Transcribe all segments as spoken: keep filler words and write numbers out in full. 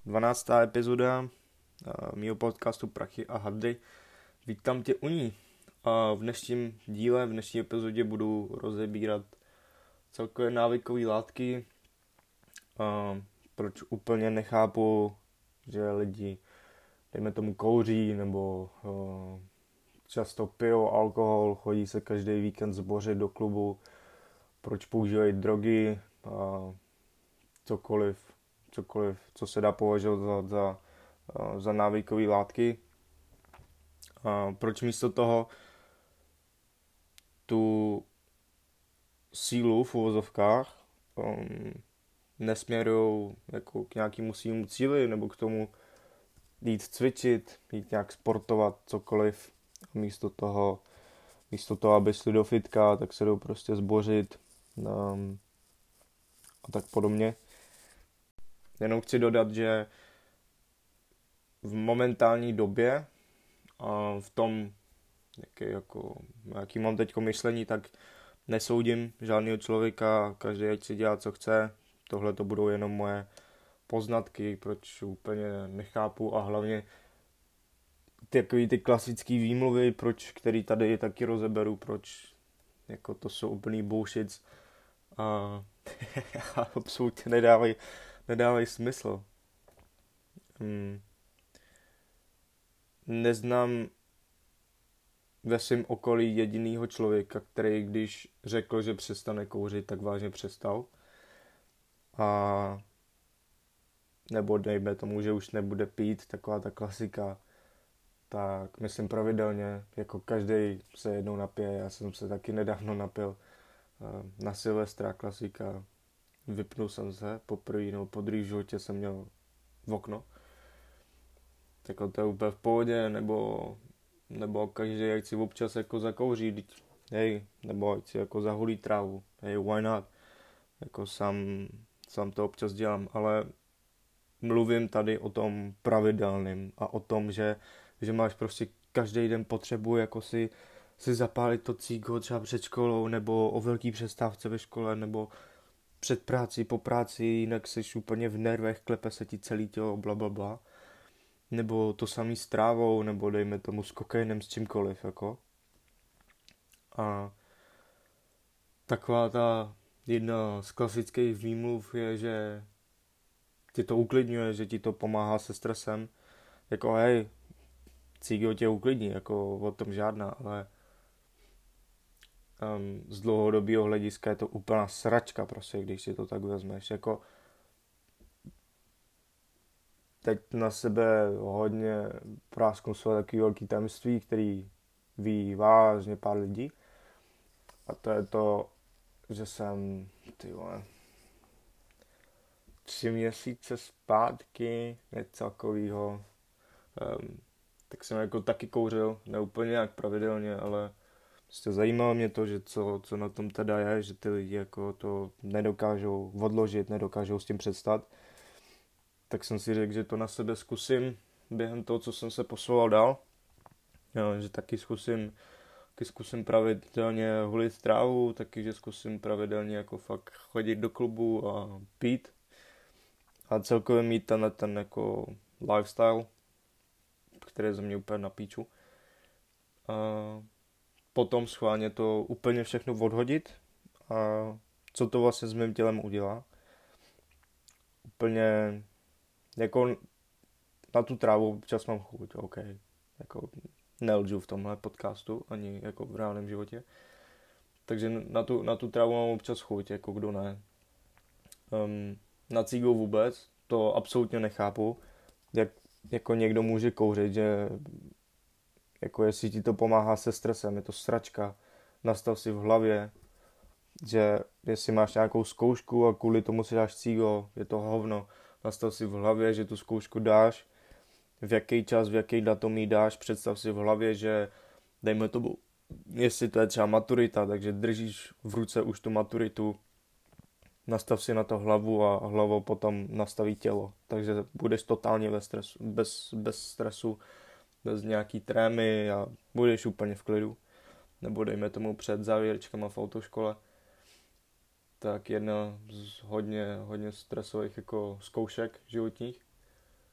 dvanáctá epizoda mýho podcastu Prachy a hadry. Vítám tě u ní. A v dnešním díle, v dnešní epizodě budu rozebírat celkové návykové látky. A proč úplně nechápu, že lidi, dejme tomu, kouří nebo uh, často pijou alkohol, chodí se každý víkend zbořit do klubu, proč používají drogy a cokoliv, cokoliv, co se dá považovat za, za, za návykové látky. A proč místo toho tu sílu v uvozovkách um, nesměrujou jako k nějakému svýmu cíli nebo k tomu jít cvičit, jít nějak sportovat, cokoliv. A místo toho, místo toho, aby šli do fitka, tak se jdou prostě zbořit um, a tak podobně. Jenom chci dodat, že v momentální době a v tom, jaký, jako, jaký mám teď myšlení, tak nesoudím žádného člověka, každý ať si dělá, co chce. Tohle to budou jenom moje poznatky, proč úplně nechápu a hlavně takový ty klasický výmluvy, proč, který tady taky rozeberu, proč jako to jsou úplný bullshit a absolutně nedávají nedávají smysl. Hmm. Neznám ve svém okolí jedinýho člověka, který když řekl, že přestane kouřit, tak vážně přestal. A nebo dejme tomu, že už nebude pít, taková ta klasika. Tak myslím pravidelně, jako každý se jednou napije, já jsem se taky nedávno napil na Silvestra, klasika. Vypnul jsem se, poprvé nebo po druhý v životě jsem měl v okno. Tak to je úplně v pohodě, nebo, nebo každý ať si občas jako zakouří, hej, nebo ať si jako zahulí trávu, hej, why not, jako sám, sám to občas dělám, ale mluvím tady o tom pravidelným a o tom, že, že máš prostě každý den potřebu jako si, si zapálit to cíko třeba před školou, nebo o velký přestávce ve škole, nebo před práci, po práci, jinak jsi úplně v nervech, klepe se ti celý tělo, blablabla. Bla, bla. Nebo to samý s trávou, nebo dejme tomu s kokainem, s čímkoliv, jako. A taková ta jedna z klasických výmluv je, že ti to uklidňuje, že ti to pomáhá se stresem. Jako hej, cígo tě uklidní, jako o tom žádná, ale um, z dlouhodobého hlediska je to úplná sračka, prostě, když si to tak vezmeš, jako teď na sebe hodně prásknu své takový velký tajemství, který ví vážně pár lidí. A to je to, že jsem, ty vole, tři měsíce zpátky, něco takového, um, tak jsem jako taky kouřil, ne úplně nějak pravidelně, ale prostě zajímalo mě to, že co, co na tom teda je, že ty lidi jako to nedokážou odložit, nedokážou s tím přestat. Tak jsem si řekl, že to na sebe zkusím během toho, co jsem se posouval dál. Jo, že taky zkusím, taky zkusím pravidelně hulit trávu, taky, že zkusím pravidelně jako fakt chodit do klubu a pít. A celkově mít ten, ten jako lifestyle, který je za mě úplně na píču. A potom schválně to úplně všechno odhodit a co to vlastně s mým tělem udělá. Úplně jako na tu trávu občas mám chuť, ok. Jako nelžu v tomhle podcastu, ani jako v reálném životě. Takže na tu, na tu trávu mám občas chuť, jako kdo ne. Um, na cígu vůbec, to absolutně nechápu, jak jako někdo může kouřit, že jako jestli ti to pomáhá se stresem, je to sračka. Nastav si v hlavě, že jestli máš nějakou zkoušku a kvůli tomu si dáš cígo, je to hovno. Nastav si v hlavě, že tu zkoušku dáš, v jaký čas, v jaký datum jí dáš, představ si v hlavě, že dejme tomu, jestli to je třeba maturita, takže držíš v ruce už tu maturitu, nastav si na to hlavu a hlavou potom nastaví tělo, takže budeš totálně ve stresu, bez, bez stresu, bez nějaký trémy a budeš úplně v klidu, nebo dejme tomu před závěrečkama v autoškole. Tak jedna z hodně, hodně stresových jako zkoušek životních.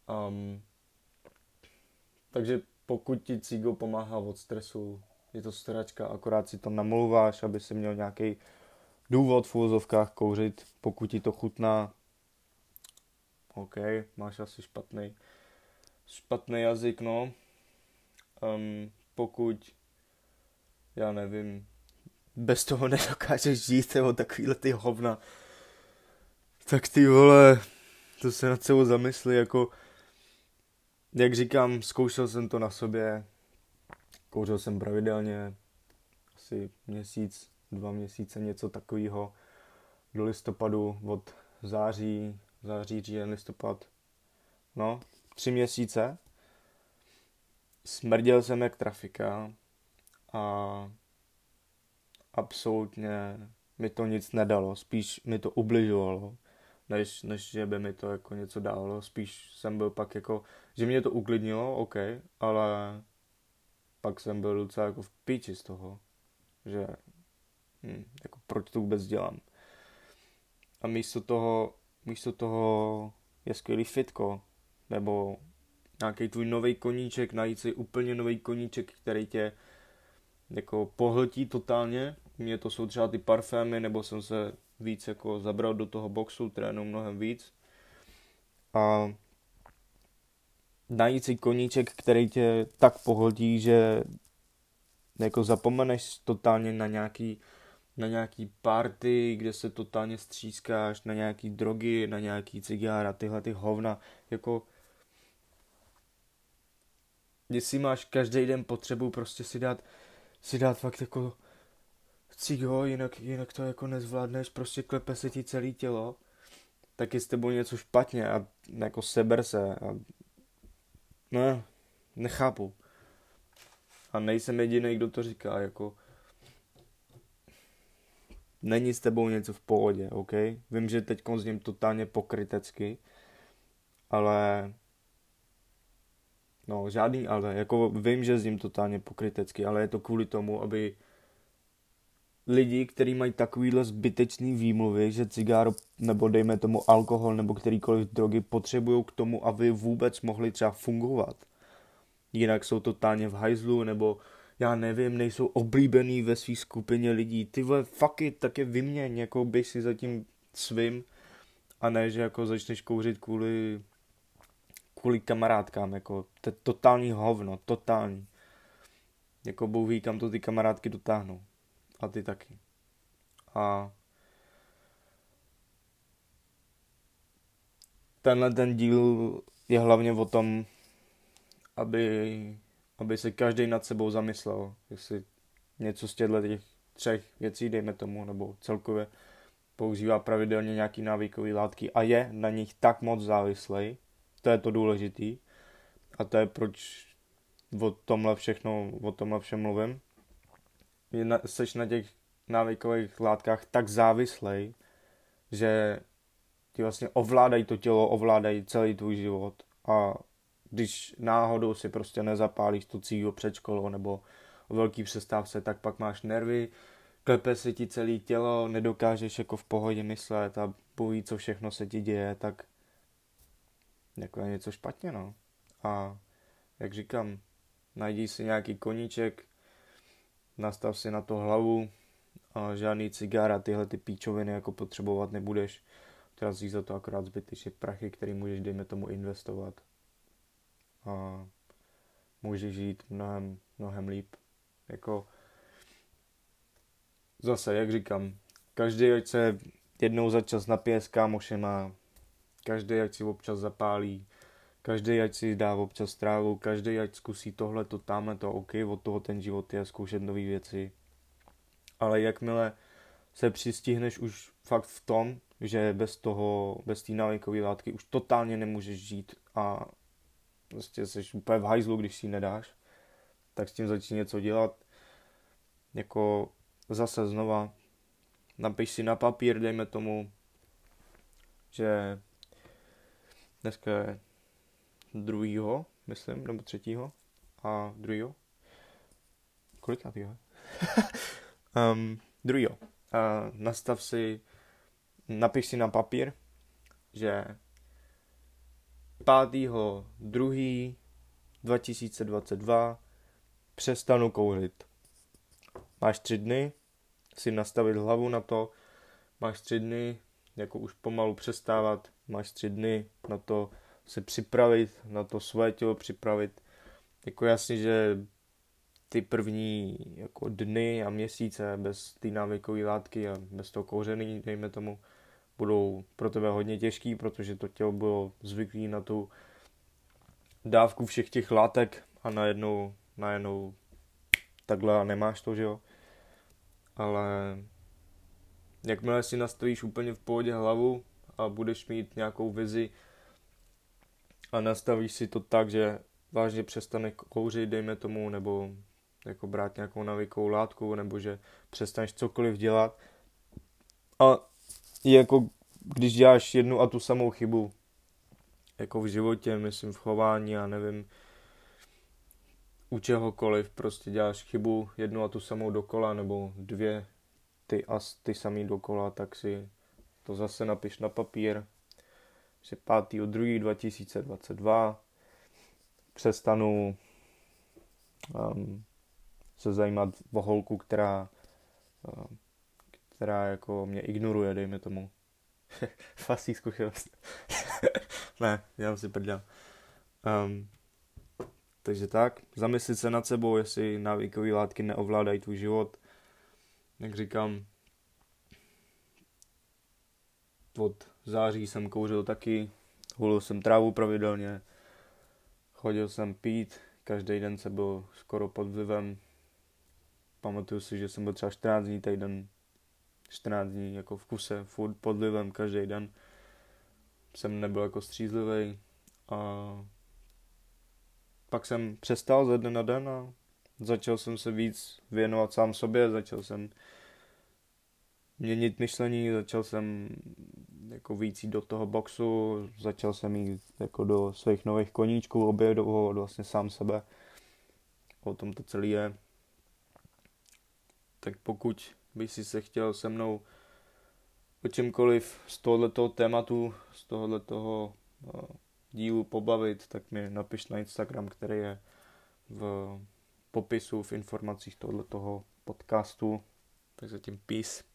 Um, takže pokud ti cigo pomáhá od stresu, je to sračka, akorát si to namlouváš, aby si měl nějaký důvod v úvozovkách kouřit, pokud ti to chutná. OK, máš asi špatný, špatný jazyk, no. Um, pokud, já nevím, bez toho nedokážeš žít, nebo takovýhle ty hovna, tak ty vole, to se nad sebou zamysli, jako, jak říkám, zkoušel jsem to na sobě, kouřil jsem pravidelně, asi měsíc, dva měsíce, něco takového, do listopadu, od září, září, říjen, listopad, no, tři měsíce, smrděl jsem jak trafika a absolutně mi to nic nedalo, spíš mi to ubližovalo, než, než že by mi to jako něco dalo, spíš jsem byl pak jako, že mě to uklidnilo, OK, ale pak jsem byl docela jako v píči z toho, že hm, jako proč to vůbec dělám. A místo toho, místo toho je skvělý fitko, nebo nějaký tvůj nový koníček, najít si úplně nový koníček, který tě jako pohltí totálně. Mně to jsou třeba ty parfémy, nebo jsem se víc jako zabral do toho boxu, trénu mnohem víc. A najít si koníček, který tě tak pohltí, že jako zapomeneš totálně na nějaký, na nějaký party, kde se totálně střískáš, na nějaký drogy, na nějaký cigára, tyhle ty hovna, jako jestli máš každý den potřebu prostě si dát, si dát fakt jako cigo, jinak, jinak to jako nezvládneš, prostě klepe se ti celé tělo, tak je s tebou něco špatně a jako seber se a no, nechápu. A nejsem jediný, kdo to říká, jako není s tebou něco v pohodě, OK? Vím, že teď zním totálně pokrytecky, ale no, žádný ale, jako vím, že zním totálně pokrytecky, ale je to kvůli tomu, aby lidi, kteří mají takovýhle zbytečný výmluvy, že cigáro nebo dejme tomu alkohol nebo kterýkoliv drogy potřebují k tomu, aby vůbec mohli třeba fungovat. Jinak jsou totálně v hajzlu nebo já nevím, nejsou oblíbený ve své skupině lidí. Ty vole, fuck it, tak je vyměň, jako běž si za tím svým a ne, že jako začneš kouřit kvůli kvůli kamarádkám, jako to je totální hovno, totální. Jako Bůh ví, kam to ty kamarádky dotáhnou. A ty taky. A tenhle ten díl je hlavně o tom, aby, aby se každý nad sebou zamyslel, jestli něco z těchto těch třech věcí, dejme tomu, nebo celkově používá pravidelně nějaký návykové látky a je na nich tak moc závislej. To je to důležitý. A to je proč o tomhle všechno, o tomhle všem mluvím. Seš na těch návykových látkách tak závislej, že ti vlastně ovládají to tělo, ovládají celý tvůj život. A když náhodou si prostě nezapálíš to cígo před školou nebo o velký přestávce, tak pak máš nervy, klepe se ti celé tělo, nedokážeš jako v pohodě myslet a bojí, co všechno se ti děje, tak jako je něco špatně, no. A jak říkám, najdi si nějaký koníček, nastav si na to hlavu a žádný cigára, tyhle ty píčoviny jako potřebovat nebudeš. Trazíš za to akorát zbytečně prachy, který můžeš, dejme tomu, investovat. A můžeš žít mnohem, mnohem líp. Jako zase, jak říkám, každý, ať se jednou za čas napije s kámošema, každý, ať si občas zapálí, každý, ať si dá občas trávu, každý, ať zkusí tohleto, tamhleto, OK, od toho ten život je zkoušet nové věci. Ale jakmile se přistihneš už fakt v tom, že bez toho, bez té návykové látky už totálně nemůžeš žít a prostě jsi úplně v hajzlu, když si ji nedáš, tak s tím začni něco dělat. Jako zase znova, napiš si na papír, dejme tomu, že dneska je druhýho, myslím, nebo třetího a druhýho. Kolikátýho? um, druhýho. Uh, nastav si, napiš si na papír, že pátého druhého dva tisíce dvacet dva přestanu kouřit. Máš tři dny si nastavit hlavu na to, máš tři dny jako už pomalu přestávat, máš tři dny na to se připravit, na to své tělo připravit. Jako jasně, že ty první jako dny a měsíce bez té návykové látky a bez toho kouření, dejme tomu, budou pro tebe hodně těžký, protože to tělo bylo zvyklý na tu dávku všech těch látek a najednou, najednou takhle nemáš to, že jo. Ale jakmile si nastavíš úplně v pohodě hlavu a budeš mít nějakou vizi a nastavíš si to tak, že vážně přestane kouřit, dejme tomu, nebo jako brát nějakou navykovou látku, nebo že přestaneš cokoliv dělat. A jako když děláš jednu a tu samou chybu, jako v životě, myslím v chování, já nevím, u čehokoliv, prostě děláš chybu jednu a tu samou dokola, nebo dvě ty a ty samý dokola, tak si to zase napiš na papír, že pátého druhého dva tisíce dvacet dva přestanu um, se zajímat o holku, která, uh, která jako mě ignoruje, dejme tomu. Fasí zkušenost. Ne, já si prdám. Um, takže tak, zamyslit se nad sebou, jestli návykové látky neovládají tvůj život. Jak říkám, od září jsem kouřil taky, hulil jsem trávu pravidelně, chodil jsem pít, každý den jsem byl skoro pod vlivem. Pamatuju si, že jsem byl třeba čtrnáct dní týden, čtrnáct dní jako v kuse, furt pod vlivem každý den. Jsem nebyl jako střízlivý a pak jsem přestal ze dne na den a začal jsem se víc věnovat sám sobě, začal jsem měnit myšlení, začal jsem jako víc jít do toho boxu, začal jsem jít jako do svých nových koníčků, objevovat vlastně sám sebe. O tom to celé je. Tak pokud by si se chtěl se mnou o čemkoliv z tohoto tématu, z tohoto dílu pobavit, tak mi napiš na Instagram, který je v popisu, v informacích tohoto podcastu. Tak zatím peace.